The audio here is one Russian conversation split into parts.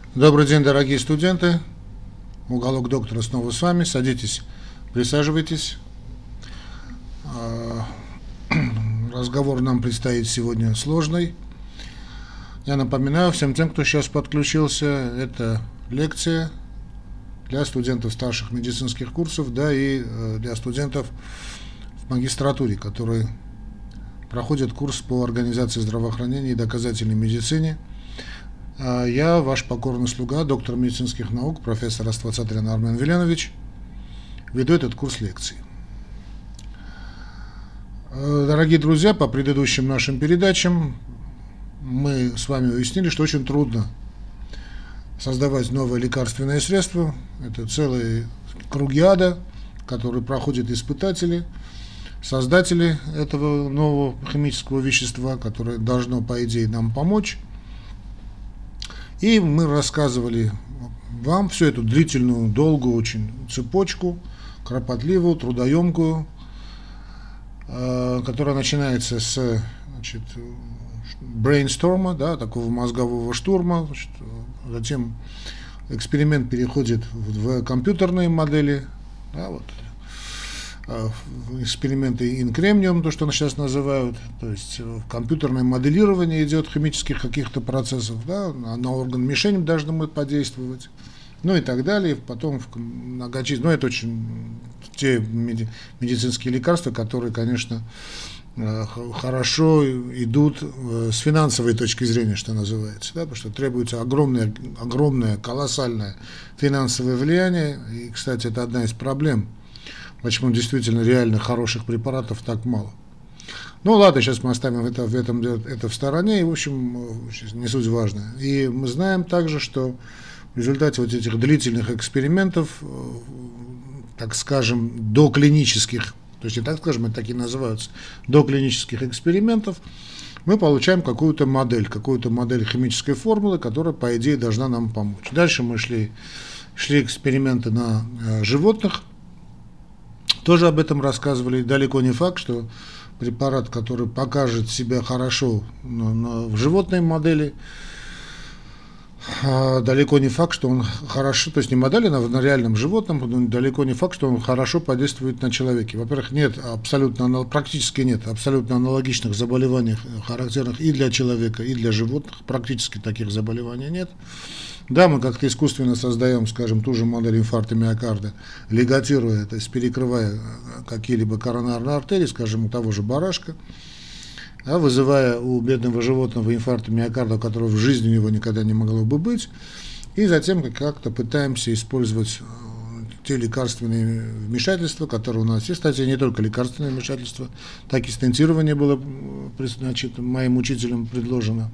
Добрый день, дорогие студенты. Уголок доктора снова с вами. Садитесь, присаживайтесь. Разговор нам предстоит сегодня сложный. Я напоминаю всем тем, кто сейчас подключился, это лекция для студентов старших медицинских курсов, да и для студентов в магистратуре, которые проходят курс по организации здравоохранения и доказательной медицине. Я, ваш покорный слуга, доктор медицинских наук, профессор Аствацатрян Армен Веленович, веду этот курс лекций. Дорогие друзья, по предыдущим нашим передачам мы с вами уяснили, что очень трудно создавать новые лекарственные средства. Это целые круги ада, которые проходят испытатели, создатели этого нового химического вещества, которое должно, по идее, нам помочь. И мы рассказывали вам всю эту длительную, долгую очень цепочку, кропотливую, трудоемкую, которая начинается с брейнсторма, да, такого мозгового штурма, затем эксперимент переходит в компьютерные модели, да, вот, эксперименты инкремниум, то, что сейчас называют, то есть компьютерное моделирование идет химических каких-то процессов, да, на орган-мишень должны мы подействовать, ну и так далее, потом многочисленные, ну это очень те медицинские лекарства, которые, конечно, хорошо идут с финансовой точки зрения, что называется, да, потому что требуется огромное, колоссальное финансовое влияние, и, кстати, это одна из проблем, почему действительно реально хороших препаратов так мало. Ну ладно, сейчас мы оставим это в стороне, и в общем не суть важно. И мы знаем также, что в результате вот этих длительных экспериментов, так скажем, доклинических, то есть не так скажем, это такие называются, доклинических экспериментов, мы получаем какую-то модель химической формулы, которая, по идее, должна нам помочь. Дальше мы шли эксперименты на животных, тоже об этом рассказывали. Далеко не факт, что препарат, который покажет себя хорошо в животной модели, далеко не факт, что он хорошо, то есть не модели на реальном животном, но далеко не факт, что он хорошо подействует на человеке. Во-первых, практически нет абсолютно аналогичных заболеваний, характерных и для человека, и для животных. Практически таких заболеваний нет. Да, мы как-то искусственно создаем, скажем, ту же модель инфаркта миокарда, лигатируя, то есть перекрывая какие-либо коронарные артерии, скажем, у того же барашка, вызывая у бедного животного инфаркт миокарда, которого в жизни у него никогда не могло бы быть, и затем как-то пытаемся использовать те лекарственные вмешательства, которые у нас есть. Кстати, не только лекарственные вмешательства, так и стентирование было, моим учителем предложено.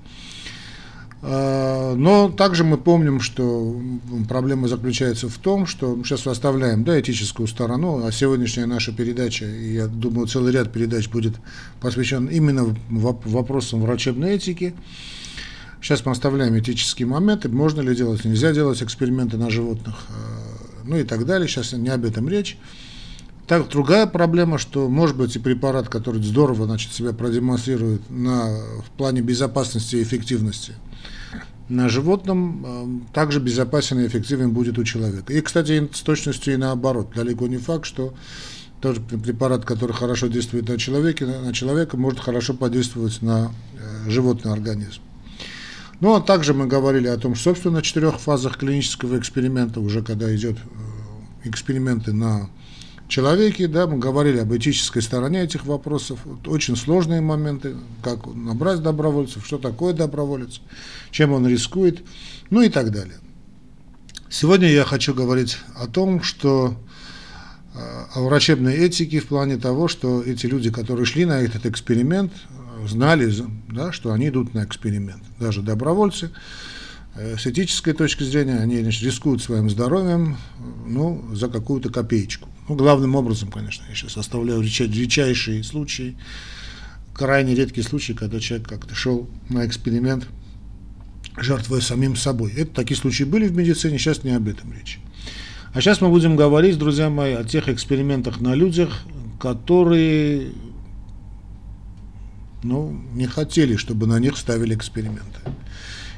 Но также мы помним, что проблема заключается в том, что мы сейчас оставляем, да, этическую сторону, а сегодняшняя наша передача, и я думаю, целый ряд передач будет посвящен именно вопросам врачебной этики. Сейчас мы оставляем этические моменты, можно ли делать, нельзя делать эксперименты на животных, ну и так далее, сейчас не об этом речь. Так, другая проблема, что, может быть, и препарат, который здорово, себя продемонстрирует в плане безопасности и эффективности на животном, также безопасен и эффективен будет у человека. И, кстати, с точностью и наоборот. Далеко не факт, что тот препарат, который хорошо действует на человека, может хорошо подействовать на животный организм. Ну, а также мы говорили о том, что, собственно, 4 фазах клинического эксперимента, уже когда идет эксперименты на человеке, да, мы говорили об этической стороне этих вопросов, очень сложные моменты, как набрать добровольцев, что такое доброволец, чем он рискует, ну и так далее. Сегодня я хочу говорить о том, что о врачебной этике в плане того, что эти люди, которые шли на этот эксперимент, знали, да, что они идут на эксперимент, даже добровольцы. С этической точки зрения они рискуют своим здоровьем, за какую-то копеечку. Главным образом, конечно, я сейчас оставляю редчайшие случаи, крайне редкие случаи, когда человек как-то шел на эксперимент, жертвуя самим собой. Такие случаи были в медицине, сейчас не об этом речь. А сейчас мы будем говорить, друзья мои, о тех экспериментах на людях, которые не хотели, чтобы на них ставили эксперименты.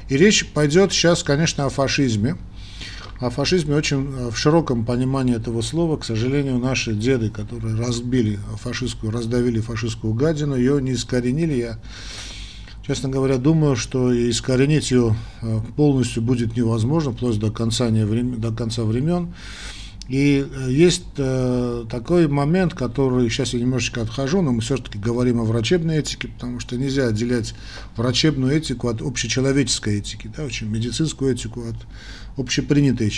И речь пойдет сейчас, конечно, о фашизме. О фашизме очень в широком понимании этого слова. К сожалению, наши деды, которые раздавили фашистскую гадину, ее не искоренили. Я, честно говоря, думаю, что искоренить ее полностью будет невозможно, вплоть до конца времен. И есть такой момент, который, сейчас я немножечко отхожу, но мы все-таки говорим о врачебной этике, потому что нельзя отделять врачебную этику от общечеловеческой этики, да, медицинскую этику от общепринятой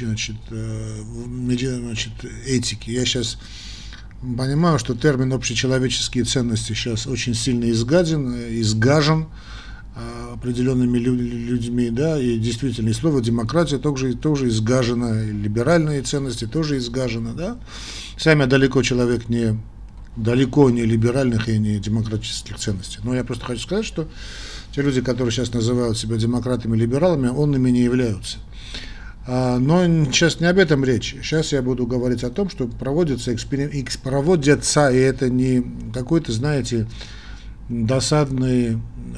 этики. Я сейчас понимаю, что термин общечеловеческие ценности сейчас очень сильно изгажен определенными людьми, да, и действительно, и слово демократия тоже изгажено, и либеральные ценности тоже изгажено, да. Сами человек далеко не либеральных и не демократических ценностей. Но я просто хочу сказать, что те люди, которые сейчас называют себя демократами и либералами, онными не являются. Но сейчас не об этом речь. Сейчас я буду говорить о том, что проводятся, и это не какой-то, знаете, досадный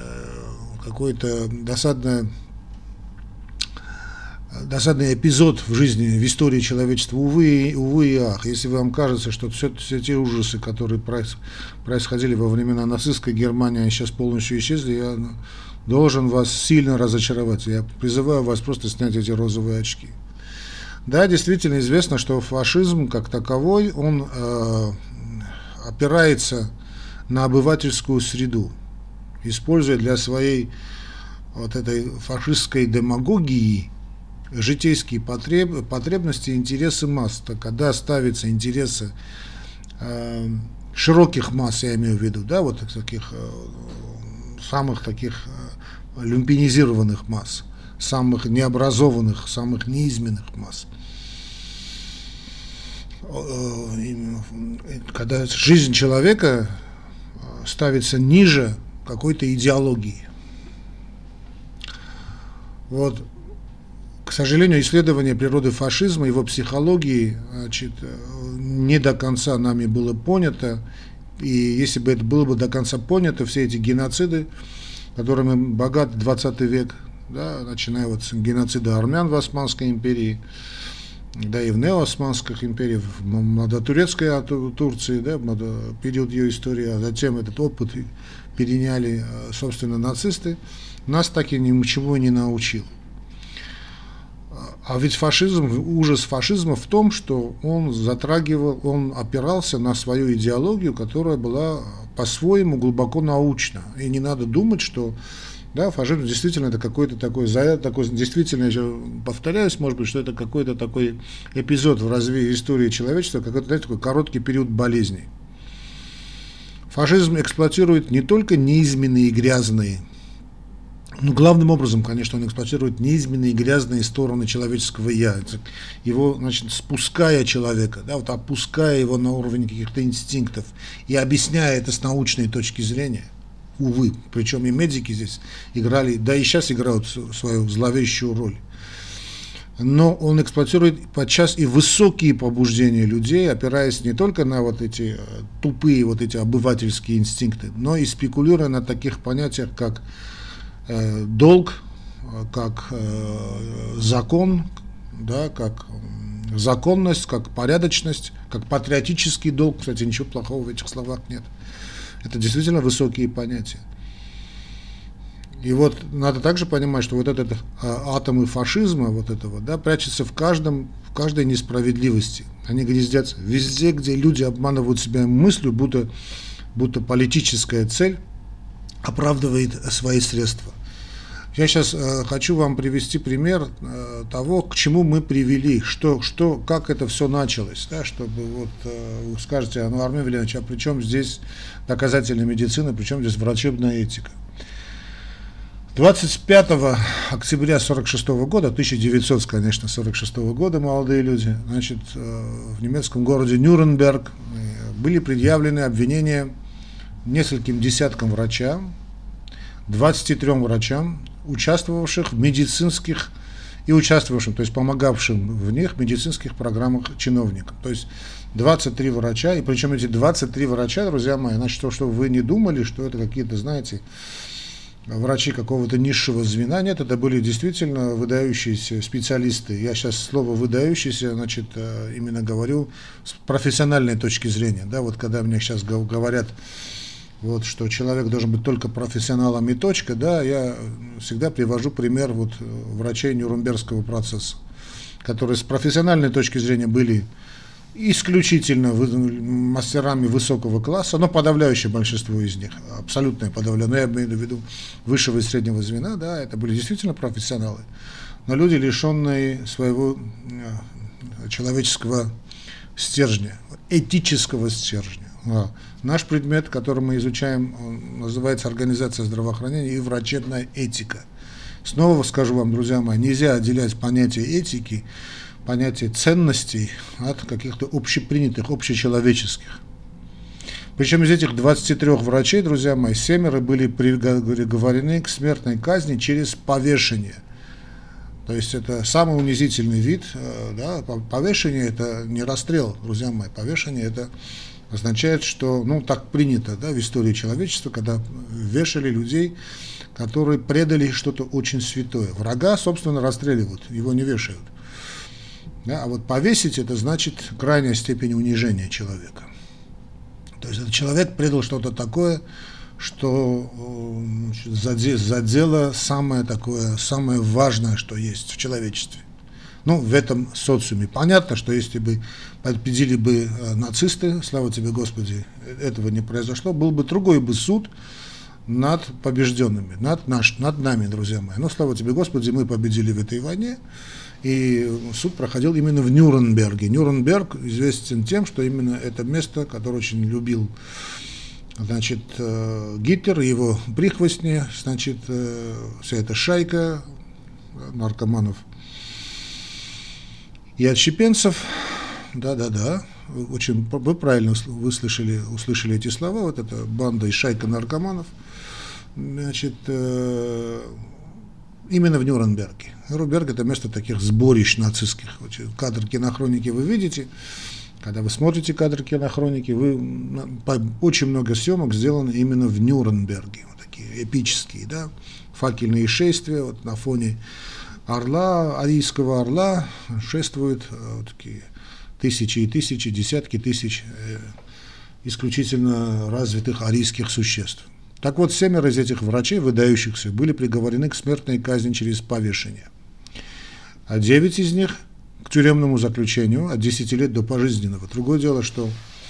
эпизод в жизни, в истории человечества, увы и ах. Если вам кажется, что все те ужасы, которые происходили во времена нацистской Германии, они сейчас полностью исчезли, я должен вас сильно разочаровать. Я призываю вас просто снять эти розовые очки. Да, действительно известно, что фашизм как таковой, он опирается на обывательскую среду, используя для своей вот этой фашистской демагогии житейские потребности, интересы масс. Так, когда ставятся интересы широких масс, я имею в виду, да, вот таких самых таких люмпинизированных масс, самых необразованных, самых неизменных масс. Когда жизнь человека ставится ниже какой-то идеологии. Вот, к сожалению, исследование природы фашизма, его психологии, не до конца нами было понято. И если бы это было бы до конца понято, все эти геноциды, которыми богат 20 век, да, начиная вот с геноцида армян в Османской империи, да и в неоосманских империях, в младотурецкой Турции, да, период ее истории, а затем этот опыт переняли, собственно, нацисты, нас так и ничего не научил. А ведь ужас фашизма в том, что он опирался на свою идеологию, которая была по-своему глубоко научна. И не надо думать, что да, фашизм действительно это какой-то такой, действительно, я повторяюсь, может быть, что это какой-то такой эпизод в развитии истории человечества, какой-то, знаете, такой короткий период болезней. Фашизм эксплуатирует не только неизменные и грязные, но главным образом, конечно, он эксплуатирует неизменные и грязные стороны человеческого «я». Его, значит, спуская человека, да, вот опуская его на уровень каких-то инстинктов и объясняя это с научной точки зрения, увы, причем и медики здесь играли, да и сейчас играют свою зловещую роль. Но он эксплуатирует подчас и высокие побуждения людей, опираясь не только на вот эти тупые вот эти обывательские инстинкты, но и спекулируя на таких понятиях, как долг, как закон, да, как законность, как порядочность, как патриотический долг. Кстати, ничего плохого в этих словах нет. Это действительно высокие понятия. И вот надо также понимать, что вот этот атомы фашизма, вот этого, да, прячется в каждой несправедливости. Они гнездятся везде, где люди обманывают себя мыслью, будто политическая цель оправдывает свои средства. Я сейчас хочу вам привести пример того, к чему мы привели, как это все началось, да, чтобы вот вы скажете, Армен Вильянович, а при чем здесь доказательная медицина, при чем здесь врачебная этика? 25 октября 1946 года, 1946 года, молодые люди, значит, в немецком городе Нюрнберг были предъявлены обвинения нескольким десяткам врачам, 23 врачам, участвовавших в медицинских и участвовавшим, то есть помогавшим в них медицинских программах чиновникам. То есть 23 врача, и причем эти 23 врача, друзья мои, значит, что вы не думали, что это какие-то, знаете, врачи какого-то низшего звена, нет, это были действительно выдающиеся специалисты. Я сейчас слово «выдающиеся», значит, именно говорю с профессиональной точки зрения, да, вот когда мне сейчас говорят, вот, что человек должен быть только профессионалом и точка, да, я всегда привожу пример вот врачей Нюрнбергского процесса, которые с профессиональной точки зрения были исключительно мастерами высокого класса, но подавляющее большинство из них, абсолютное подавляющее, но я имею в виду высшего и среднего звена, да, это были действительно профессионалы, но люди, лишенные своего человеческого стержня, этического стержня. Наш предмет, который мы изучаем, называется организация здравоохранения и врачебная этика. Снова скажу вам, друзья мои, нельзя отделять понятие этики, понятие ценностей от каких-то общепринятых, общечеловеческих. Причем из этих 23 врачей, друзья мои, 7 были приговорены к смертной казни через повешение. То есть это самый унизительный вид, да, повешение это не расстрел, друзья мои, повешение это означает, что, ну, так принято, да, в истории человечества, когда вешали людей, которые предали что-то очень святое. Врага, собственно, расстреливают, его не вешают. Да, а вот повесить это значит крайняя степень унижения человека. То есть этот человек предал что-то такое, что задело самое такое, самое важное, что есть в человечестве. Ну, в этом социуме. Понятно, что если бы победили бы нацисты, слава тебе, Господи, этого не произошло, был бы другой бы суд над побежденными, над нами, друзья мои. Но, слава тебе, Господи, мы победили в этой войне, и суд проходил именно в Нюрнберге. Нюрнберг известен тем, что именно это место, которое очень любил, значит, Гитлер, его прихвостни, значит, вся эта шайка наркоманов и отщепенцев. Да, очень вы правильно услышали эти слова. Вот эта банда и шайка наркоманов, значит, именно в Нюрнберге. Нюрнберг это место таких сборищ нацистских. Кадр кинохроники вы видите. Когда вы смотрите кадр кинохроники, очень много съемок сделано именно в Нюрнберге. Вот такие эпические, да, факельные шествия, вот на фоне орла, арийского орла шествуют вот такие тысячи и тысячи, десятки тысяч исключительно развитых арийских существ. Так вот, 7 из этих врачей, выдающихся, были приговорены к смертной казни через повешение. А 9 из них к тюремному заключению от 10 лет до пожизненного. Другое дело, что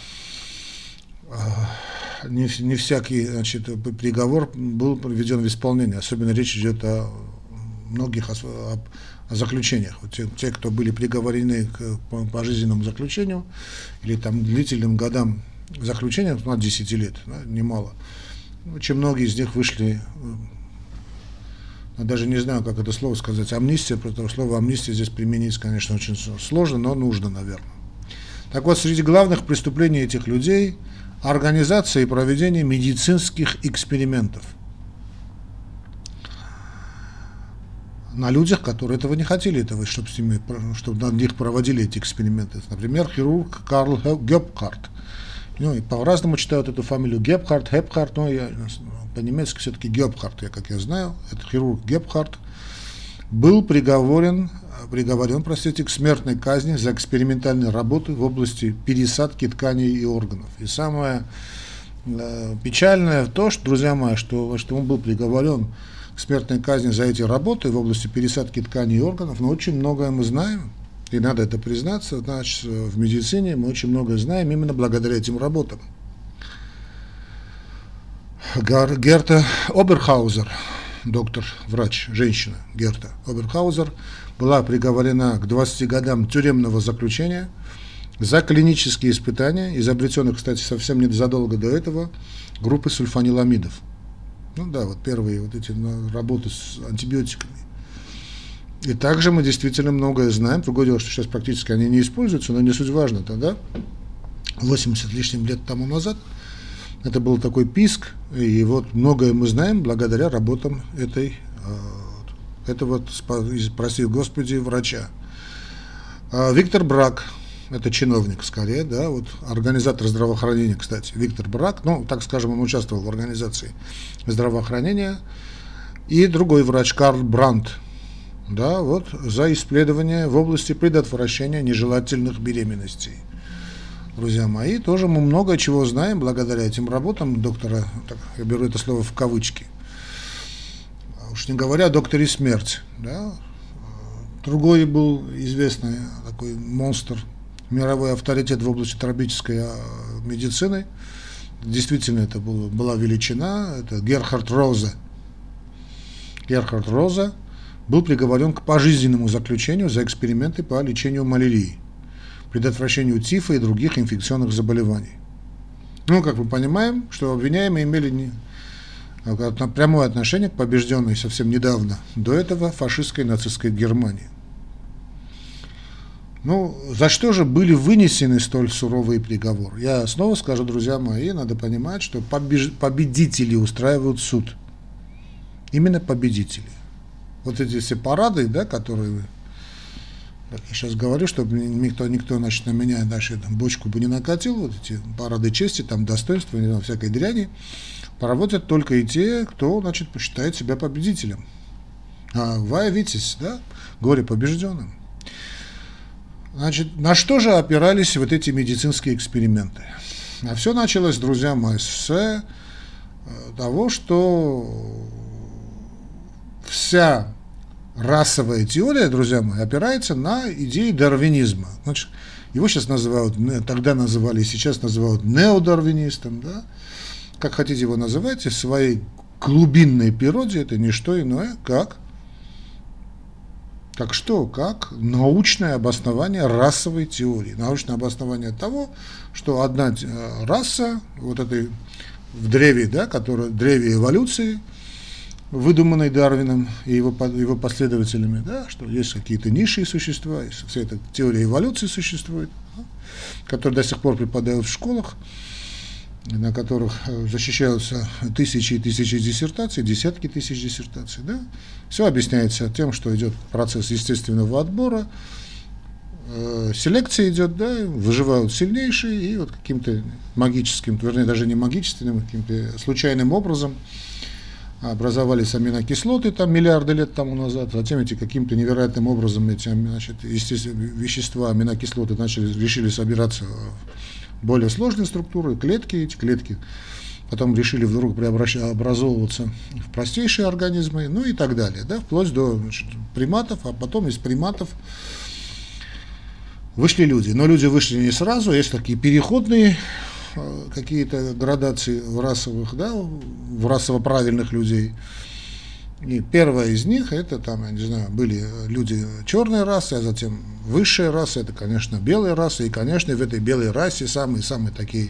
не всякий, значит, приговор был приведен в исполнение. Особенно речь идет о многих о заключениях. Вот те, кто были приговорены к пожизненному заключению или там длительным годам заключения, от 10 лет, да, немало. Очень многие из них вышли, я даже не знаю, как это слово сказать, амнистия, потому что слово амнистия здесь применить, конечно, очень сложно, но нужно, наверное. Так вот, среди главных преступлений этих людей – организация и проведение медицинских экспериментов на людях, которые этого не хотели, чтобы над них проводили эти эксперименты. Например, хирург Карл Гебхард. Ну, и по-разному читают эту фамилию Гебхард, Хепхард, но по-немецки все-таки Гебхард, как я знаю, это хирург Гебхард, был приговорен, к смертной казни за экспериментальные работы в области пересадки тканей и органов. И самое печальное то, что, друзья мои, что он был приговорен к смертной казни за эти работы в области пересадки тканей и органов, но очень многое мы знаем. И надо это признаться, значит, в медицине мы очень многое знаем именно благодаря этим работам. Герта Оберхаузер, доктор, врач, женщина Герта Оберхаузер, была приговорена к 20 годам тюремного заключения за клинические испытания, изобретенных, кстати, совсем незадолго до этого, группы сульфаниламидов. Ну да, вот первые вот эти работы с антибиотиками. И также мы действительно многое знаем. Другое дело, что сейчас практически они не используются, но не суть важно. Тогда, 80 лишним лет тому назад, это был такой писк, и вот многое мы знаем благодаря работам этого, прости Господи, врача. Виктор Брак, это чиновник скорее, да, вот организатор здравоохранения, кстати, Виктор Брак, ну, так скажем, он участвовал в организации здравоохранения, и другой врач Карл Брандт, да, вот, за исследования в области предотвращения нежелательных беременностей. Друзья мои, тоже мы много чего знаем благодаря этим работам доктора, так, я беру это слово в кавычки, уж не говоря о докторе смерть, да. Другой был известный такой монстр, мировой авторитет в области тропической медицины, действительно это была величина, это Герхард Розе. Герхард Розе был приговорен к пожизненному заключению за эксперименты по лечению малярии, предотвращению тифа и других инфекционных заболеваний. Ну, как мы понимаем, что обвиняемые имели прямое отношение к побежденной совсем недавно, до этого, фашистской нацистской Германии. Ну, за что же были вынесены столь суровые приговоры? Я снова скажу, друзья мои, надо понимать, что победители устраивают суд. Именно победители. Вот эти все парады, да, которые, я сейчас говорю, чтобы никто значит, на меня дальше бочку бы не накатил, вот эти парады чести, там, достоинства, не знаю, всякой дряни, проводят только и те, кто, значит, посчитает себя победителем. А вая витязь, да, горе побежденным. Значит, на что же опирались вот эти медицинские эксперименты? А все началось, друзья мои, с того, что вся расовая теория, друзья мои, опирается на идеи дарвинизма. Значит, его сейчас называют, тогда называли, сейчас называют неодарвинистом, да? Как хотите его называть, в своей глубинной природе это не что иное, как научное обоснование расовой теории. Научное обоснование того, что одна раса, вот этой в древе, да, которая древе эволюции, выдуманной Дарвином и его последователями, да, что есть какие-то низшие существа, вся эта теория эволюции существует, да, которая до сих пор преподают в школах, на которых защищаются тысячи и тысячи диссертаций, десятки тысяч диссертаций. Да? Все объясняется тем, что идет процесс естественного отбора, селекция идет, да, выживают сильнейшие, и вот каким-то магическим, вернее, даже не магическим, каким-то случайным образом образовались аминокислоты там миллиарды лет тому назад, затем эти каким-то невероятным образом эти, значит, вещества, аминокислоты решили собираться в более сложные структуры, клетки, эти клетки потом решили вдруг образовываться в простейшие организмы, ну и так далее, да, вплоть до, значит, приматов, а потом из приматов вышли люди. Но люди вышли не сразу, есть такие переходные какие-то градации в расовых, да, в расово правильных людей. И первая из них, это там, я не знаю, были люди черной расы, а затем высшая раса, это, конечно, белая раса, и, конечно, в этой белой расе самые такие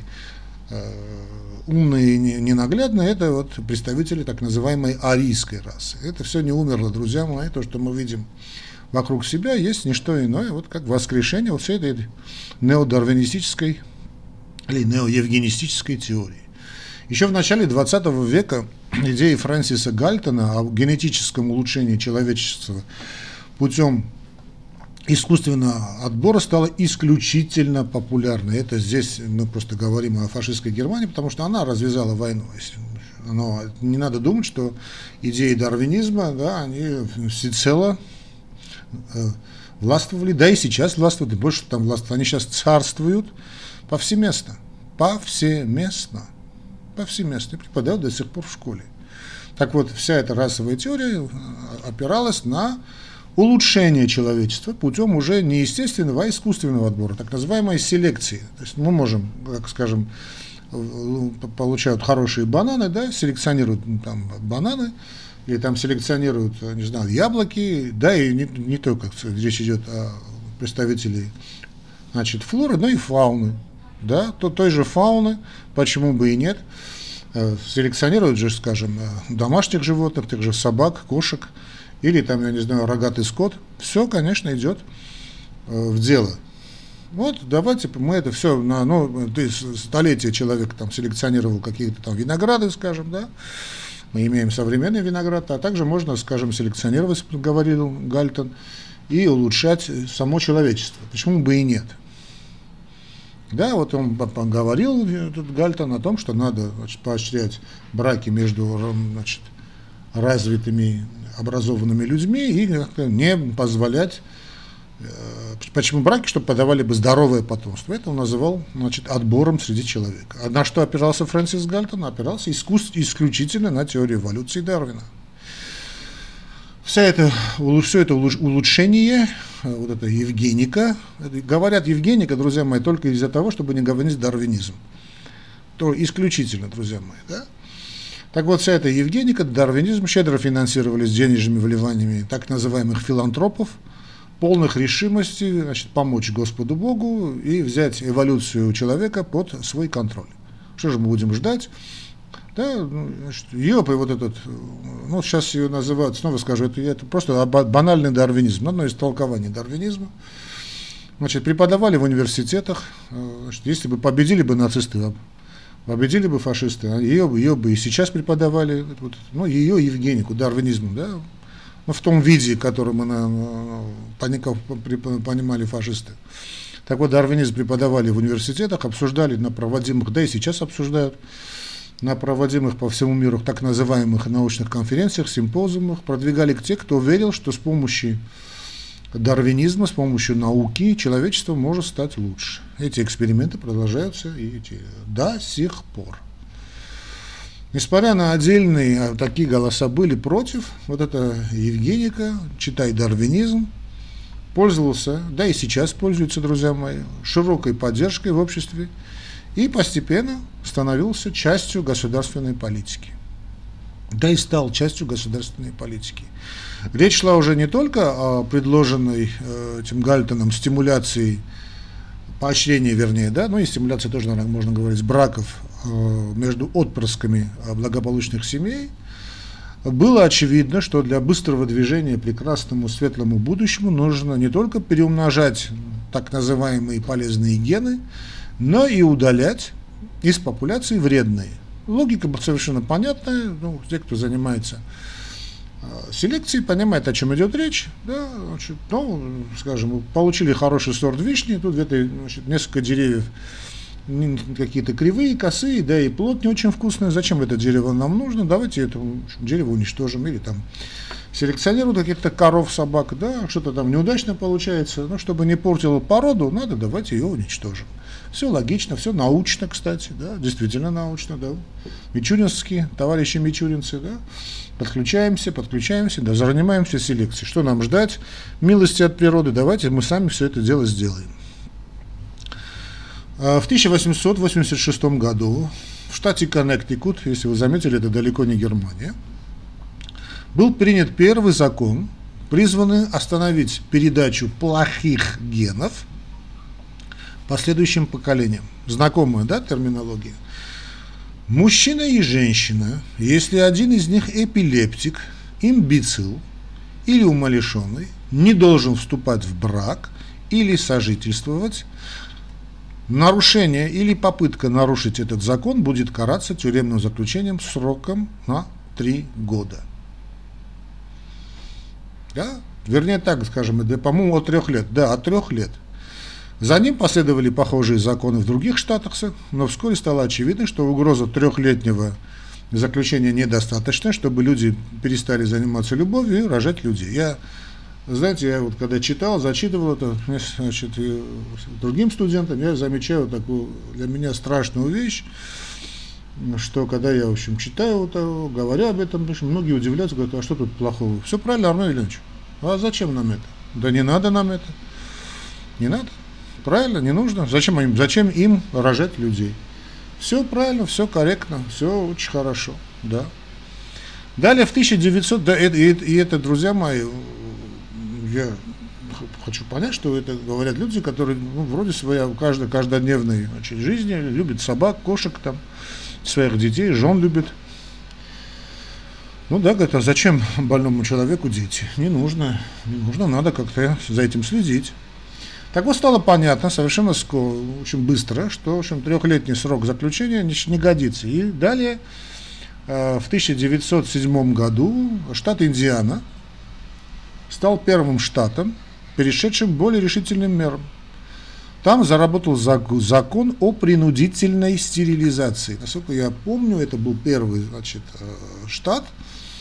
умные и ненаглядные, это вот представители так называемой арийской расы. Это все не умерло, друзья мои, то, что мы видим вокруг себя, есть не что иное, вот как воскрешение вот всей этой неодарвинистической или неоевгенистической теории. Еще в начале 20 века идеи Фрэнсиса Гальтона о генетическом улучшении человечества путем искусственного отбора стала исключительно популярной. Это здесь мы просто говорим о фашистской Германии, потому что она развязала войну. Но не надо думать, что идеи дарвинизма, да, они всецело властвовали, да и сейчас властвуют, и больше там властвуют. Они сейчас царствуют повсеместно, повсеместно, и преподают до сих пор в школе. Так вот, вся эта расовая теория опиралась на улучшение человечества путем уже не естественного, а искусственного отбора, так называемой селекции. То есть мы можем, как скажем, получают хорошие бананы, да, селекционируют там бананы, или там селекционируют, не знаю, яблоки, да, и не только речь идет о представителей, значит, флоры, но и фауны, да, той же фауны, почему бы и нет, селекционируют же, скажем, домашних животных, тех же собак, кошек, или там, я не знаю, рогатый скот, все, конечно, идет в дело. Вот давайте мы это все, столетия человек там селекционировал какие-то там винограды, скажем, да, мы имеем современный виноград, а также можно, скажем, селекционировать, говорил Гальтон, и улучшать само человечество. Почему бы и нет? Да, вот он говорил, этот Гальтон, о том, что надо, значит, поощрять браки между, значит, развитыми, образованными людьми и не позволять. Почему браки? Чтобы подавали бы здоровое потомство. Это он называл, значит, отбором среди человека. А на что опирался Фрэнсис Гальтон? Опирался исключительно на теорию эволюции Дарвина. Все это улучшение, вот эта евгеника, говорят евгеника, друзья мои, только из-за того, чтобы не говорить дарвинизм. То исключительно, друзья мои, да? Так вот, вся эта евгеника, дарвинизм щедро финансировались денежными вливаниями так называемых филантропов, полных решимости, значит, помочь Господу Богу и взять эволюцию человека под свой контроль. Что же мы будем ждать? Да, значит, вот этот, ну, сейчас ее называют, снова скажу, это просто банальный дарвинизм, одно из толкований дарвинизма. Значит, преподавали в университетах, значит, если бы победили бы нацисты, победили бы фашисты, ее бы и сейчас преподавали, вот, ну, ее евгенику, дарвинизм, да, ну, в том виде, который мы понимали фашисты. Так вот, дарвинизм преподавали в университетах, обсуждали на проводимых, да и сейчас обсуждают, на проводимых по всему миру так называемых научных конференциях, симпозиумах, продвигали те, кто верил, что с помощью дарвинизма, с помощью науки человечество может стать лучше. Эти эксперименты продолжаются до сих пор. Несмотря на отдельные такие голоса были против, вот эта евгеника, читай дарвинизм, пользовался, да и сейчас пользуется, друзья мои, широкой поддержкой в обществе и постепенно становился частью государственной политики. Да и стал частью государственной политики. Речь шла уже не только о предложенной этим Гальтоном стимуляции, поощрения, вернее, да, ну и стимуляция тоже, наверное, можно говорить, браков между отпрысками благополучных семей. Было очевидно, что для быстрого движения к прекрасному светлому будущему нужно не только переумножать так называемые полезные гены, но и удалять из популяции вредные. Логика совершенно понятная, ну, те, кто занимается селекцией, понимают, о чем идет речь. Да, значит, ну, скажем, получили хороший сорт вишни, тут где-то, значит, несколько деревьев какие-то кривые, косые, да и плод не очень вкусный. Зачем это дерево нам нужно? Давайте это дерево уничтожим. Или там селекционируют каких-то коров, собак, да, что-то там неудачно получается. Но чтобы не портило породу, надо, давайте ее уничтожим. Все логично, все научно, кстати, да, действительно научно, да. Мичуринские, товарищи мичуринцы, да, подключаемся, да, занимаемся селекцией. Что нам ждать? Милости от природы, давайте мы сами все это дело сделаем. В 1886 году в штате Коннектикут, если вы заметили, это далеко не Германия, был принят первый закон, призванный остановить передачу плохих генов последующим поколениям. Знакомая, да, терминология? Мужчина и женщина, если один из них эпилептик, имбецил или умалишенный, не должен вступать в брак или сожительствовать. Нарушение или попытка нарушить этот закон будет караться тюремным заключением сроком на 3 года. Да? Вернее, так скажем, по-моему, от 3 лет. Да, от 3 лет. За ним последовали похожие законы в других штатах, но вскоре стало очевидно, что угроза 3-летнего заключения недостаточна, чтобы люди перестали заниматься любовью и рожать людей. Знаете, я вот когда зачитывал это, значит, и другим студентам, я замечаю такую для меня страшную вещь, что когда я, в общем, читаю, говорю об этом, многие удивляются, говорят, а что тут плохого? Все правильно, Армен Ильич, а зачем нам это? Да не надо нам это, не надо, правильно, не нужно, зачем им рожать людей? Все правильно, все корректно, все очень хорошо, да. Далее в 1900, да, и это, друзья мои, я хочу понять, что это говорят люди, которые, ну, вроде своей каждодневной, значит, жизни любят собак, кошек, там, своих детей, жен любят. Ну да, говорят, а зачем больному человеку дети? Не нужно, надо как-то за этим следить. Так вот стало понятно совершенно очень быстро, что, в общем, 3-летний срок заключения не годится. И далее, в 1907 году, штат Индиана стал первым штатом, перешедшим к более решительным мерам. Там заработал закон о принудительной стерилизации. Насколько я помню, это был первый, значит, штат,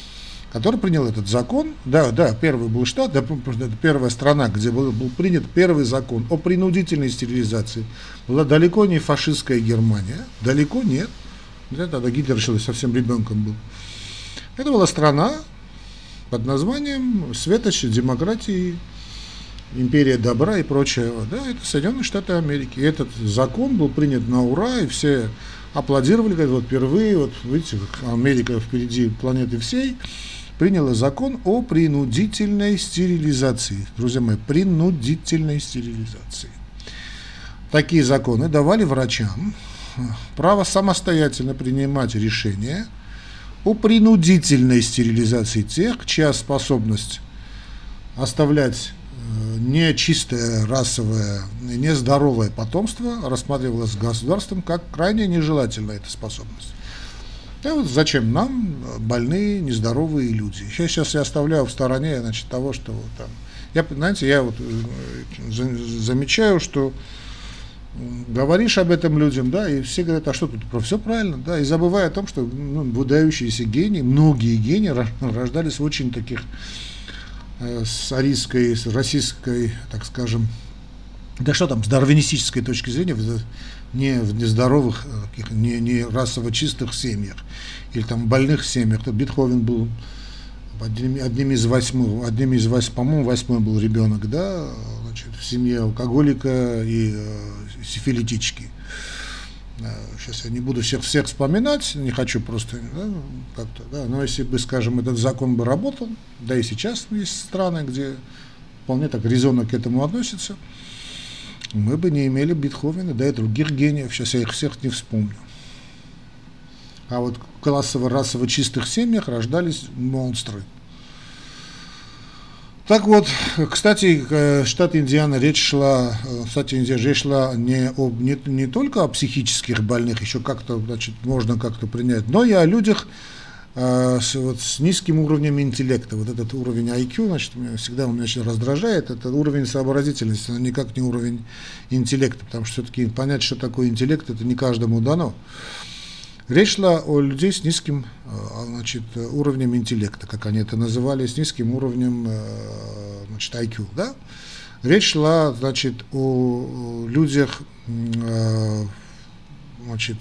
который принял этот закон. Да, первый был штат, да, это первая страна, где был принят первый закон о принудительной стерилизации. Была далеко не фашистская Германия, далеко нет. Тогда Гитлер еще совсем ребенком был. Это была страна под названием светоч демократии, империя добра и прочее. Да, это Соединенные Штаты Америки. И этот закон был принят на ура, и все аплодировали, говорят, вот впервые, вот видите, Америка впереди планеты всей, приняла закон о принудительной стерилизации. Друзья мои, принудительной стерилизации. Такие законы давали врачам право самостоятельно принимать решения о принудительной стерилизации тех, чья способность оставлять нечистое расовое, нездоровое потомство рассматривалось государством как крайне нежелательная эта способность. И вот зачем нам больные, нездоровые люди? Сейчас я оставляю в стороне, значит, того, что вот там. Я вот замечаю, что говоришь об этом людям, да, и все говорят, а что тут, все правильно, да, и забывая о том, что выдающиеся гении, многие гении рождались в очень таких с арийской, с российской, так скажем, да что там, с дарвинистической точки зрения, не в нездоровых, не расово чистых семьях, или там больных семьях. Бетховен был одним из восьми, по-моему, восьмой был ребенок, да, значит, в семье алкоголика и сифилитички. Сейчас я не буду всех вспоминать, не хочу просто, да, как-то, да, но если бы, скажем, этот закон бы работал, да и сейчас есть страны, где вполне так резонно к этому относятся, мы бы не имели Бетховена, да и других гениев, сейчас я их всех не вспомню. А вот в классово-расово чистых семьях рождались монстры. Так вот, кстати, штат Индиана речь шла не только о психических больных, еще как-то, значит, можно как-то принять, но и о людях с низким уровнем интеллекта. Вот этот уровень IQ, значит, всегда он меня очень раздражает, это уровень сообразительности, но никак не уровень интеллекта, потому что все-таки понять, что такое интеллект, это не каждому дано. Речь шла о людей с низким, значит, уровнем интеллекта, как они это называли, с низким уровнем, значит, IQ, да? Речь шла, значит, о людях, значит,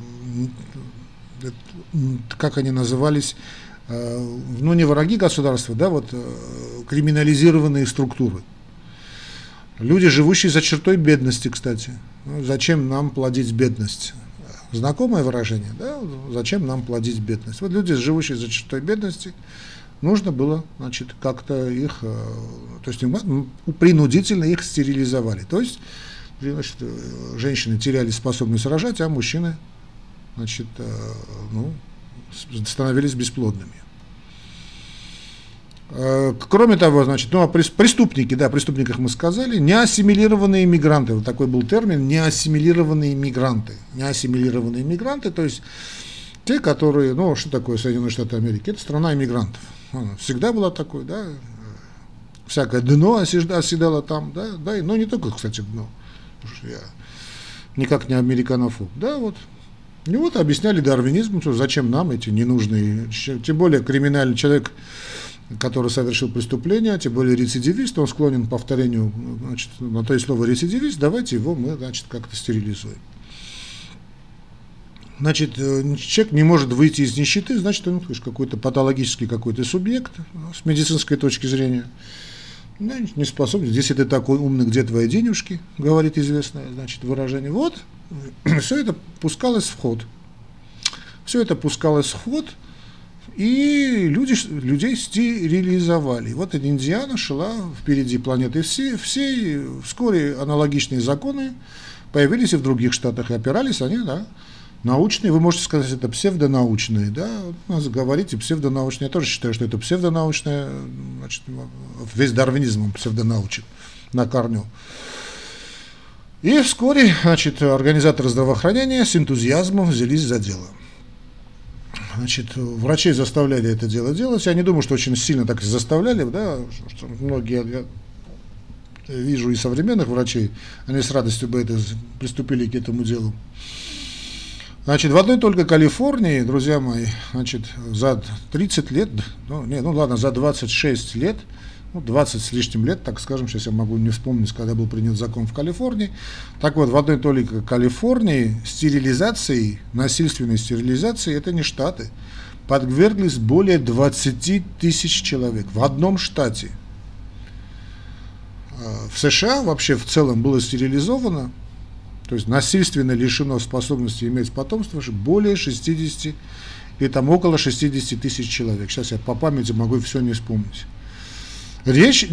как они назывались, ну, не враги государства, да, вот криминализированные структуры. Люди, живущие за чертой бедности, кстати. Ну, зачем нам плодить бедность? Знакомое выражение, да? Зачем нам плодить бедность? Вот люди, живущие за чертой бедности, нужно было, значит, как-то их, то есть принудительно их стерилизовали. То есть, значит, женщины теряли способность рожать, а мужчины, значит, ну, становились бесплодными. Кроме того, значит, ну, преступники, да, о преступниках мы сказали, неассимилированные мигранты, вот такой был термин, неассимилированные мигранты. Неассимилированные мигранты, то есть те, которые, ну, что такое Соединенные Штаты Америки? Это страна иммигрантов. Она всегда была такой, да, всякое дно оседало там, да, и, ну, не только, кстати, дно, потому что я никак не американофоб, да, вот. И вот объясняли дарвинизм, что зачем нам эти ненужные, тем более криминальный человек, который совершил преступление, тем более рецидивист, он склонен к повторению, значит, на то и слово рецидивист, давайте его мы, значит, как-то стерилизуем. Значит, человек не может выйти из нищеты, значит, он какой-то патологический какой-то субъект с медицинской точки зрения, да, не способен. Если ты такой умный, где твои денежки, говорит известное, значит, выражение. Вот, все это пускалось в ход. Все это пускалось в ход, и людей стерилизовали. Вот Индиана шла впереди планеты всей, вскоре аналогичные законы появились и в других штатах, и опирались они, да, научные, вы можете сказать, это псевдонаучные, да, говорите псевдонаучные, я тоже считаю, что это псевдонаучное, значит, весь дарвинизм псевдонаучен на корню. И вскоре, значит, организаторы здравоохранения с энтузиазмом взялись за дело. Значит, врачей заставляли это дело делать. Я не думаю, что очень сильно так и заставляли, да, что многие, я вижу и современных врачей, они с радостью бы приступили к этому делу. Значит, в одной только Калифорнии, друзья мои, значит, за 30 лет, за 26 лет, 20 с лишним лет, так скажем, сейчас я могу не вспомнить, когда был принят закон в Калифорнии. Так вот, в одной только Калифорнии стерилизации, насильственной стерилизации, это не Штаты, подверглись более 20 тысяч человек в одном штате. В США вообще в целом было стерилизовано, то есть насильственно лишено способности иметь потомство более 60 или там около 60 тысяч человек. Сейчас я по памяти могу все не вспомнить. Речь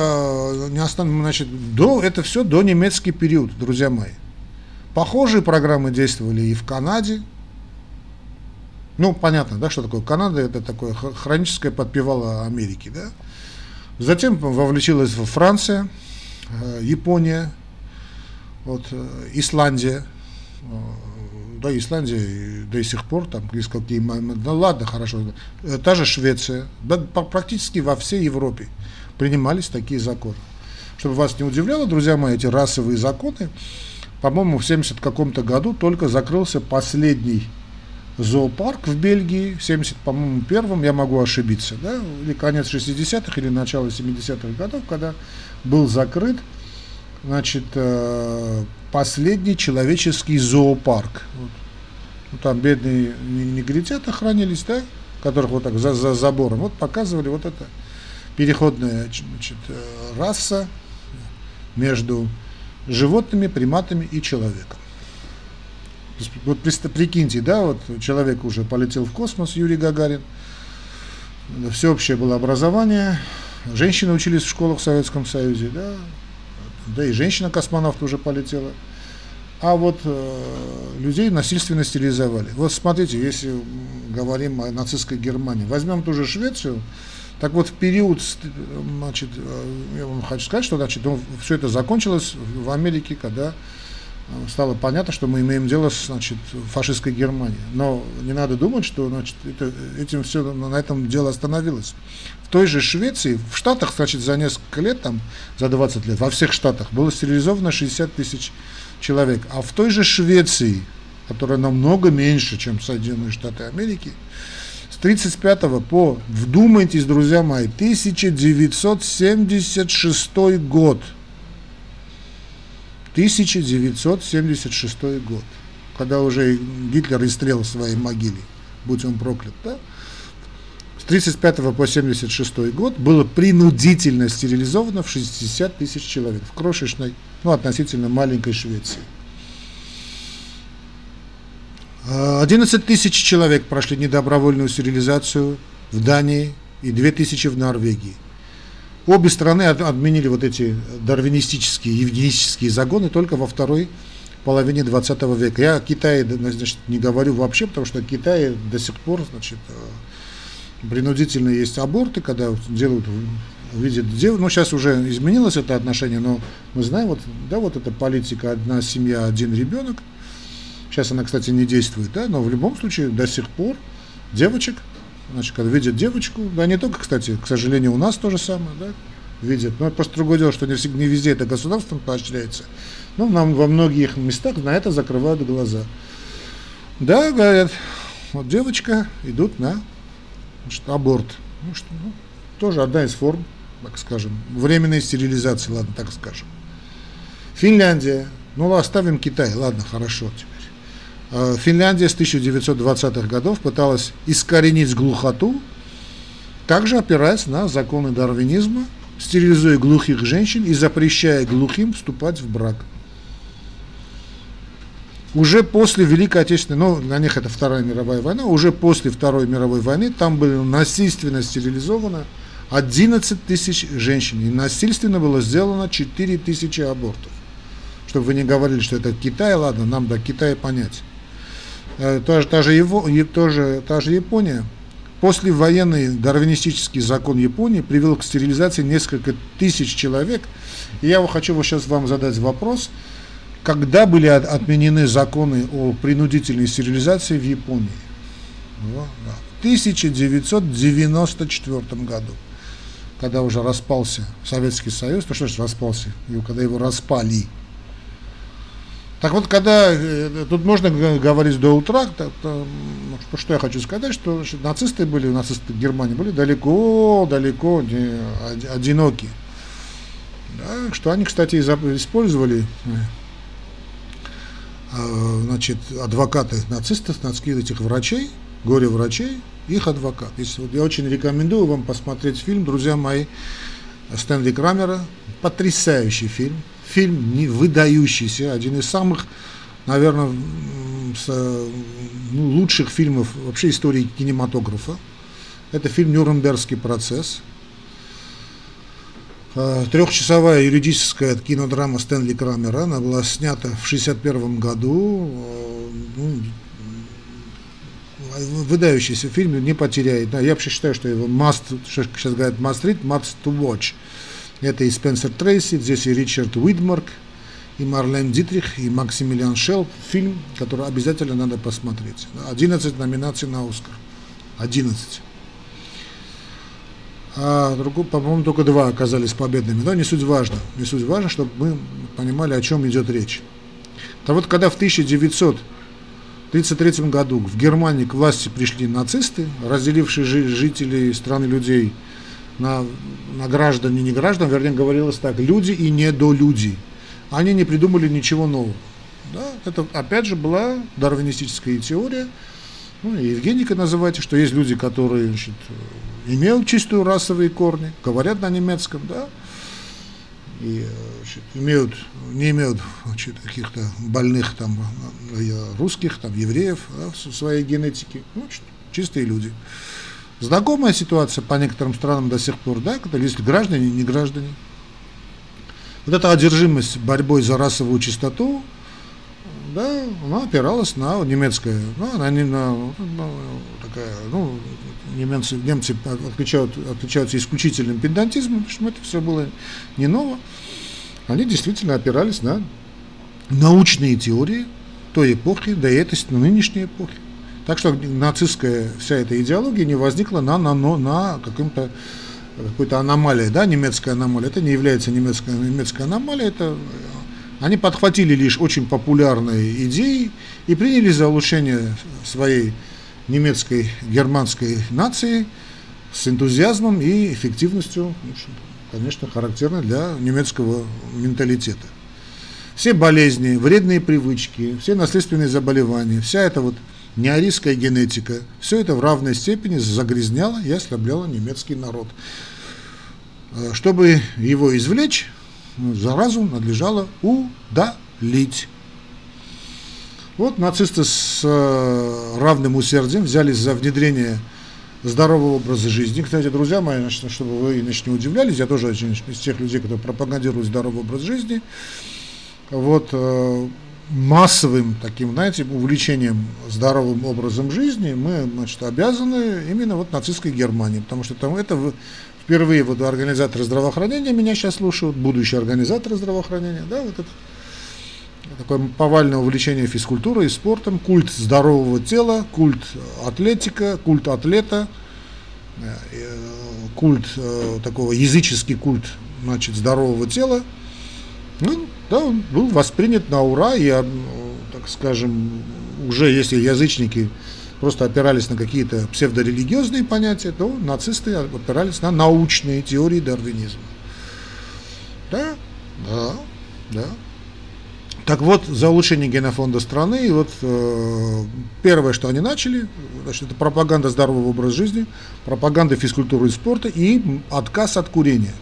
это все до немецкий период, друзья мои. Похожие программы действовали и в Канаде. Ну, понятно, да, что такое Канада, это такое хроническое подпевало Америки, да. Затем вовлечилась Франция, Япония, вот, Исландия, да, Исландия до сих пор, там, ну ладно, хорошо, та же Швеция, да, практически во всей Европе принимались такие законы. Чтобы вас не удивляло, друзья мои, эти расовые законы, по-моему, в 70 каком-то году только закрылся последний зоопарк в Бельгии, в 70, по-моему, первом, я могу ошибиться, да, или конец 60-х, или начало 70-х годов, когда был закрыт, значит, последний человеческий зоопарк. Вот. Там бедные негритята хранились, да, которых вот так за забором, вот показывали вот это переходная, значит, раса между животными, приматами и человеком. Вот прикиньте, да, вот человек уже полетел в космос, Юрий Гагарин, всеобщее было образование, женщины учились в школах в Советском Союзе, да и женщина-космонавт уже полетела, а вот людей насильственно стерилизовали. Вот смотрите, если говорим о нацистской Германии, возьмем ту же Швецию, так вот в период, значит, я вам хочу сказать, что, значит, все это закончилось в Америке, когда стало понятно, что мы имеем дело с, значит, фашистской Германией. Но не надо думать, что, значит, этим все, на этом дело остановилось. В той же Швеции, в Штатах, значит, за несколько лет, там, за 20 лет, во всех Штатах было стерилизовано 60 тысяч человек. А в той же Швеции, которая намного меньше, чем Соединенные Штаты Америки, с 1935 по, вдумайтесь, друзья мои, 1976 год, 1976 год, когда уже Гитлер истрел в своей могиле, будь он проклят, да? С 1935 по 1976 год было принудительно стерилизовано в 60 тысяч человек в крошечной, относительно маленькой Швеции. 11 тысяч человек прошли недобровольную стерилизацию в Дании и 2000 в Норвегии. Обе страны отменили вот эти дарвинистические, евгенические загоны только во второй половине 20 века. Я о Китае, значит, не говорю вообще, потому что в Китае до сих пор, значит, принудительно есть аборты, когда делают, видят девушку. Ну, сейчас уже изменилось это отношение, но мы знаем, вот, да, вот эта политика «одна семья, один ребенок». Сейчас она, кстати, не действует, да, но в любом случае до сих пор девочек, значит, когда видят девочку, да, не только, кстати, к сожалению, у нас то же самое, да, видят, но просто другое дело, что не везде это государством поощряется, но нам во многих местах на это закрывают глаза. Да, говорят, вот девочка, идут на, значит, аборт, тоже одна из форм, так скажем, временной стерилизации, ладно, так скажем. Финляндия, оставим Китай, ладно, хорошо теперь. Финляндия с 1920-х годов пыталась искоренить глухоту, также опираясь на законы дарвинизма, стерилизуя глухих женщин и запрещая глухим вступать в брак. Уже после Великой Отечественной, на них это Вторая мировая война, уже после Второй мировой войны там было насильственно стерилизовано 11 тысяч женщин, и насильственно было сделано 4 тысячи абортов. Чтобы вы не говорили, что это Китай, ладно, нам до Китая понять. Та же Япония. Послевоенный дарвинистический закон Японии привел к стерилизации несколько тысяч человек. И я хочу сейчас вам задать вопрос, когда были отменены законы о принудительной стерилизации в Японии? В 1994 году, когда уже распался Советский Союз, то что же распался, когда его распали. Так вот, когда тут можно говорить до утра, что я хочу сказать, что значит, нацисты Германии были далеко не одиноки. Да, что они, кстати, использовали значит, адвокаты нацистов, этих врачей, горе-врачей, их адвокат. Вот я очень рекомендую вам посмотреть фильм, друзья мои, Стэнли Крамера. Потрясающий фильм выдающийся, один из самых, наверное, лучших фильмов вообще истории кинематографа. Это фильм «Нюрнбергский процесс». Трехчасовая юридическая кинодрама Стэнли Крамера. Она была снята в 1961 году. Выдающийся фильм, не потеряет. Я вообще считаю, что его сейчас говорят must to watch. Это и Спенсер Трейси, здесь и Ричард Уидмарк, и Марлен Дитрих, и Максимилиан Шелл. Фильм, который обязательно надо посмотреть. 11 номинаций на Оскар. 11. По-моему, только 2 оказались победными. Но не суть важно. Не суть важно, чтобы мы понимали, о чем идет речь. Так вот, когда в 1933 году в Германии к власти пришли нацисты, разделившие жителей страны людей на граждан и не граждан, вернее, говорилось так, люди и недолюди. Они не придумали ничего нового. Да? Это, опять же, была дарвинистическая теория, и Евгеника называйте, что есть люди, которые, значит, имеют чистую расовые корни, говорят на немецком, да, и, значит, не имеют, значит, каких-то больных там русских, там, евреев, да, в своей генетике, значит, чистые люди. Знакомая ситуация по некоторым странам до сих пор, да, когда есть граждане и не граждане. Вот эта одержимость борьбой за расовую чистоту, да, она опиралась на немецкое, она не такая, немцы отличаются исключительным педантизмом, потому что это все было не ново. Они действительно опирались на научные теории той эпохи, да и этой нынешней эпохи. Так что нацистская вся эта идеология не возникла на какой-то аномалии, да, немецкая аномалия. Это не является немецкой аномалией, это они подхватили лишь очень популярные идеи и приняли за улучшение своей немецкой, германской нации с энтузиазмом и эффективностью, конечно, характерной для немецкого менталитета. Все болезни, вредные привычки, все наследственные заболевания, вся эта вот неарийская генетика, все это в равной степени загрязняло и ослабляло немецкий народ. Чтобы его извлечь, заразу надлежало удалить. Вот нацисты с равным усердием взялись за внедрение здорового образа жизни. Кстати, друзья мои, чтобы вы не удивлялись, я тоже один из тех людей, которые пропагандируют здоровый образ жизни. Вот массовым таким, знаете, увлечением здоровым образом жизни мы, значит, обязаны именно вот нацистской Германии, потому что там это впервые вот организаторы здравоохранения меня сейчас слушают, будущие организаторы здравоохранения, да, вот это такое повальное увлечение физкультурой и спортом, культ здорового тела, культ атлетика, культ атлета, культ такого языческий культ, значит, здорового тела. Ну, да, он был воспринят на ура, и, так скажем, уже если язычники просто опирались на какие-то псевдорелигиозные понятия, то нацисты опирались на научные теории дарвинизма. Да. Так вот, за улучшение генофонда страны, и вот первое, что они начали, значит, это пропаганда здорового образа жизни, пропаганда физкультуры и спорта и отказ от курения.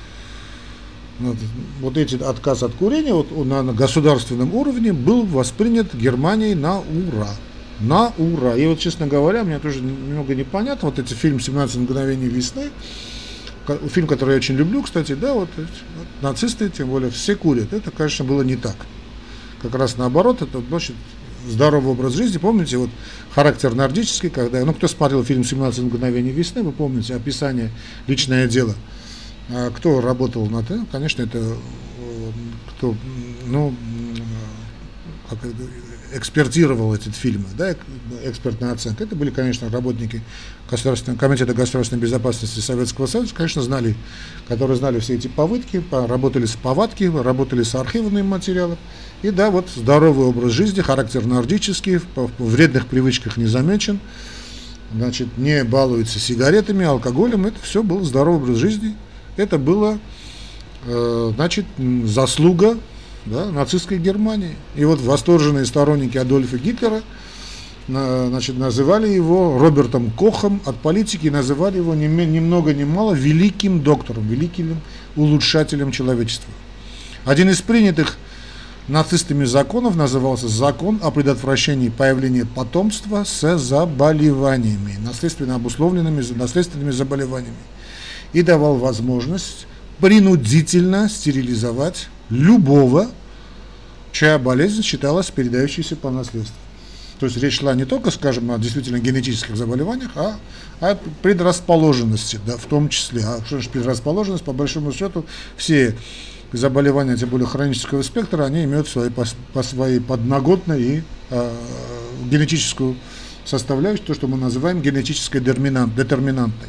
Вот этот отказ от курения вот, на государственном уровне был воспринят Германией на ура. На ура. И вот, честно говоря, мне тоже немного непонятно, вот эти фильм «17 мгновений весны», фильм, который я очень люблю, кстати, да, вот нацисты, тем более, все курят. Это, конечно, было не так. Как раз наоборот, это значит здоровый образ жизни. Помните, вот характер нордический, когда, кто смотрел фильм «17 мгновений весны», вы помните описание «Личное дело». Кто работал над этим? Конечно, это кто, как экспертировал эти фильмы, да, экспертная оценка. Это были, конечно, работники Комитета государственной безопасности Советского Союза, конечно, которые знали все эти повадки, работали с архивными материалами. И да, вот здоровый образ жизни, характер нордический, в вредных привычках не замечен, значит, не балуется сигаретами, алкоголем, это все был здоровый образ жизни. Это было, значит, заслуга, да, нацистской Германии. И вот восторженные сторонники Адольфа Гитлера, значит, называли его Робертом Кохом от политики, называли его ни много ни мало великим доктором, великим улучшателем человечества. Один из принятых нацистами законов назывался «Закон о предотвращении появления потомства с заболеваниями, наследственно обусловленными наследственными заболеваниями», и давал возможность принудительно стерилизовать любого, чья болезнь считалась передающейся по наследству. То есть речь шла не только, скажем, о действительно генетических заболеваниях, а о предрасположенности, да, в том числе. А что значит предрасположенность? По большому счету, все заболевания, тем более хронического спектра, они имеют по своей подноготной и генетическую составляющую, то, что мы называем генетической детерминантой.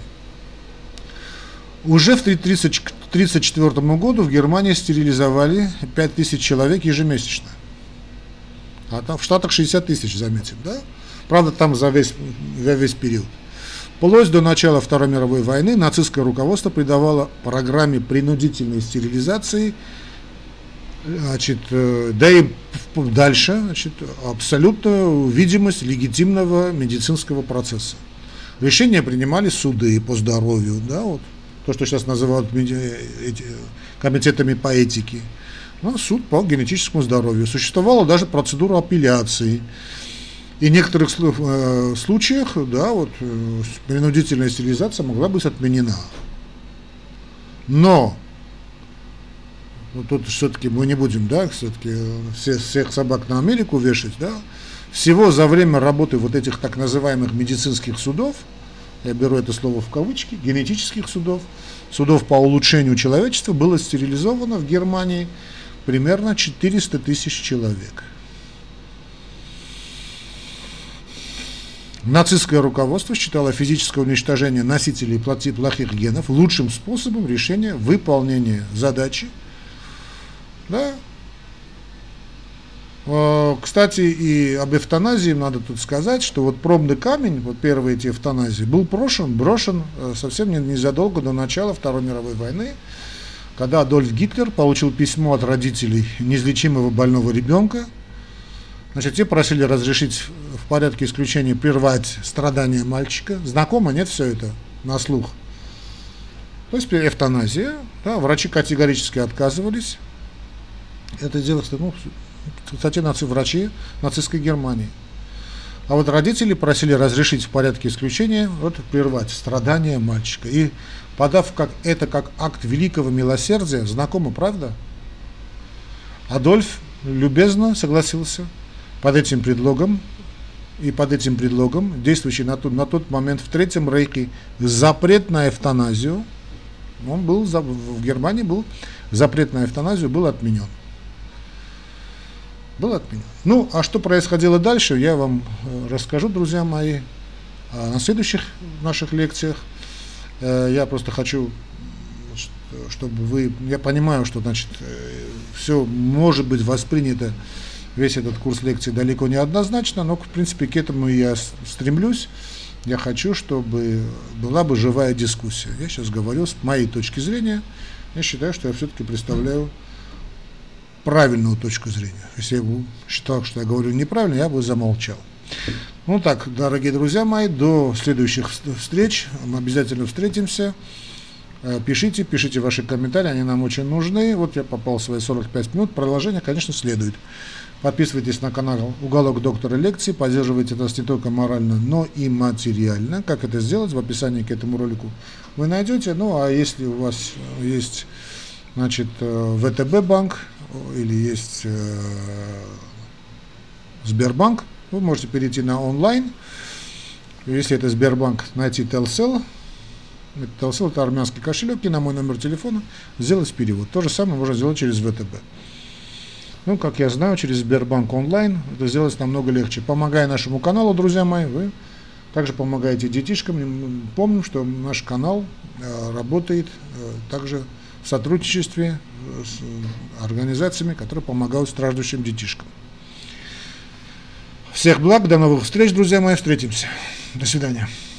Уже в 1934 году в Германии стерилизовали 5000 человек ежемесячно. А там в Штатах 60 тысяч, заметим, да? Правда, там за весь период. Вплоть до начала Второй мировой войны нацистское руководство придавало программе принудительной стерилизации, значит, да и дальше, значит, абсолютную видимость легитимного медицинского процесса. Решения принимали суды по здоровью, да, вот. То, что сейчас называют комитетами по этике, ну, суд по генетическому здоровью. Существовала даже процедура апелляции. И в некоторых случаях, да, вот, принудительная стерилизация могла быть отменена. Но ну, тут все-таки мы не будем, да, все-таки всех собак на Америку вешать, да. Всего за время работы вот этих так называемых медицинских судов, я беру это слово в кавычки, генетических судов по улучшению человечества, было стерилизовано в Германии примерно 400 тысяч человек. Нацистское руководство считало физическое уничтожение носителей плохих генов лучшим способом решения выполнения задачи. Да. Кстати, и об эвтаназии надо тут сказать, что вот пробный камень, вот первые эти эвтаназии, был брошен совсем незадолго до начала Второй мировой войны, когда Адольф Гитлер получил письмо от родителей неизлечимого больного ребенка. Значит, те просили разрешить в порядке исключения прервать страдания мальчика. Знакомо, нет, все это на слух? То есть эвтаназия, да, врачи категорически отказывались это делать, ну, кстати, врачи нацистской Германии. А вот родители просили разрешить в порядке исключения вот, прервать страдания мальчика. И подав это как акт великого милосердия, знакомо, правда? Адольф любезно согласился под этим предлогом, действующий на тот момент в Третьем Рейхе запрет на эвтаназию, в Германии был запрет на эвтаназию был отменен. Ну, а что происходило дальше, я вам расскажу, друзья мои, на следующих наших лекциях. Я просто хочу, чтобы я понимаю, что, значит, все может быть воспринято, весь этот курс лекций далеко не однозначно, но, в принципе, к этому я стремлюсь. Я хочу, чтобы была бы живая дискуссия. Я сейчас говорю с моей точки зрения, я считаю, что я все-таки представляю правильную точку зрения. Если я бы считал, что я говорю неправильно, я бы замолчал. Ну так, дорогие друзья мои, до следующих встреч. Мы обязательно встретимся. Пишите ваши комментарии, они нам очень нужны. Вот я попал в свои 45 минут. Продолжение, конечно, следует. Подписывайтесь на канал «Уголок доктора лекций», поддерживайте нас не только морально, но и материально. Как это сделать, в описании к этому ролику вы найдете. Ну, а если у вас есть, значит, ВТБ банк или есть Сбербанк, вы можете перейти на онлайн. Если это Сбербанк, найти Telcel. Telcel – это армянский кошелек, и на мой номер телефона сделать перевод. То же самое можно сделать через ВТБ. Ну, как я знаю, через Сбербанк онлайн это сделать намного легче. Помогая нашему каналу, друзья мои, вы также помогаете детишкам. Мы помним, что наш канал работает также в сотрудничестве с организациями, которые помогают страждущим детишкам. Всех благ, до новых встреч, друзья мои, встретимся. До свидания.